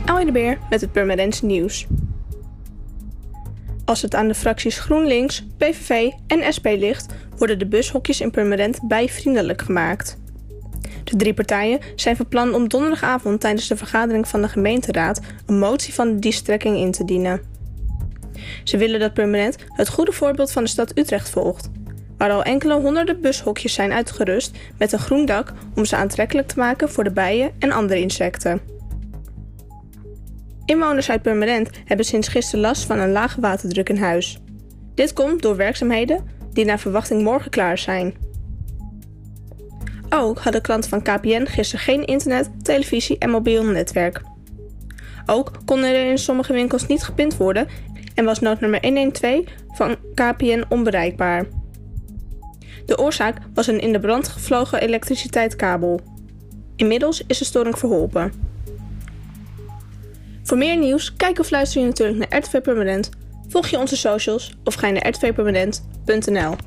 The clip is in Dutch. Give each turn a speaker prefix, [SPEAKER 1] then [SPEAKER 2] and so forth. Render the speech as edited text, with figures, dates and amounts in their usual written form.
[SPEAKER 1] Ellie de Beer met het Purmerendse nieuws. Als het aan de fracties GroenLinks, PVV en SP ligt, worden de bushokjes in Purmerend bijvriendelijk gemaakt. De drie partijen zijn van plan om donderdagavond tijdens de vergadering van de gemeenteraad een motie van die strekking in te dienen. Ze willen dat Purmerend het goede voorbeeld van de stad Utrecht volgt, waar al enkele honderden bushokjes zijn uitgerust met een groen dak om ze aantrekkelijk te maken voor de bijen en andere insecten. Inwoners uit Purmerend hebben sinds gisteren last van een lage waterdruk in huis. Dit komt door werkzaamheden die naar verwachting morgen klaar zijn. Ook hadden klanten van KPN gisteren geen internet, televisie en mobiel netwerk. Ook konden er in sommige winkels niet gepind worden en was noodnummer 112 van KPN onbereikbaar. De oorzaak was een in de brand gevlogen elektriciteitskabel. Inmiddels is de storing verholpen. Voor meer nieuws, kijk of luister je natuurlijk naar RTV Purmerend, volg je onze socials of ga je naar rtvpurmerend.nl.